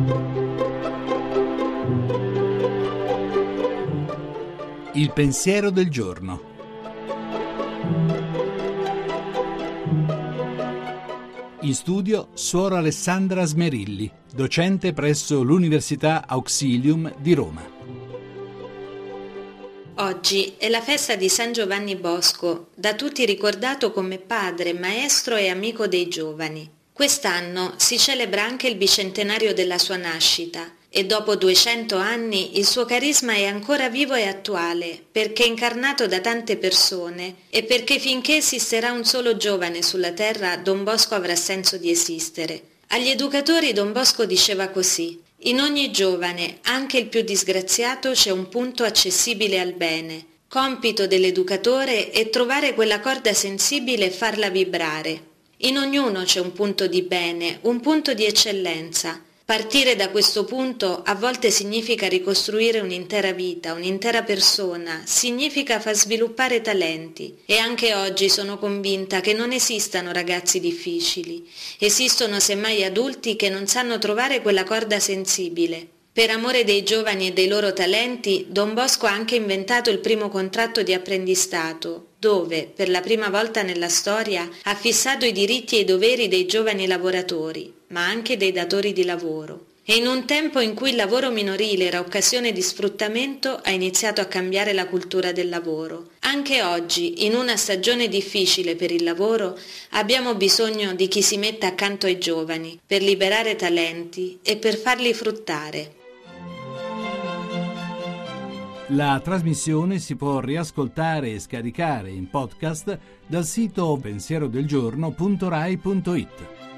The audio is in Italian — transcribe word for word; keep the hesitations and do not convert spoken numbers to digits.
Il pensiero del giorno. In studio Suor Alessandra Smerilli, docente presso l'Università Auxilium di Roma. Oggi è la festa di San Giovanni Bosco, da tutti ricordato come padre, maestro e amico dei giovani. Quest'anno si celebra anche il bicentenario della sua nascita e dopo duecento anni il suo carisma è ancora vivo e attuale perché incarnato da tante persone e perché finché esisterà un solo giovane sulla terra Don Bosco avrà senso di esistere. Agli educatori Don Bosco diceva così: in ogni giovane, anche il più disgraziato, c'è un punto accessibile al bene. Compito dell'educatore è trovare quella corda sensibile e farla vibrare. In ognuno c'è un punto di bene, un punto di eccellenza. Partire da questo punto a volte significa ricostruire un'intera vita, un'intera persona, significa far sviluppare talenti. E anche oggi sono convinta che non esistano ragazzi difficili. Esistono semmai adulti che non sanno trovare quella corda sensibile. Per amore dei giovani e dei loro talenti, Don Bosco ha anche inventato il primo contratto di apprendistato, dove, per la prima volta nella storia, ha fissato i diritti e i doveri dei giovani lavoratori, ma anche dei datori di lavoro. E in un tempo in cui il lavoro minorile era occasione di sfruttamento, ha iniziato a cambiare la cultura del lavoro. Anche oggi, in una stagione difficile per il lavoro, abbiamo bisogno di chi si metta accanto ai giovani, per liberare talenti e per farli fruttare. La trasmissione si può riascoltare e scaricare in podcast dal sito pensierodelgiorno punto rai punto it.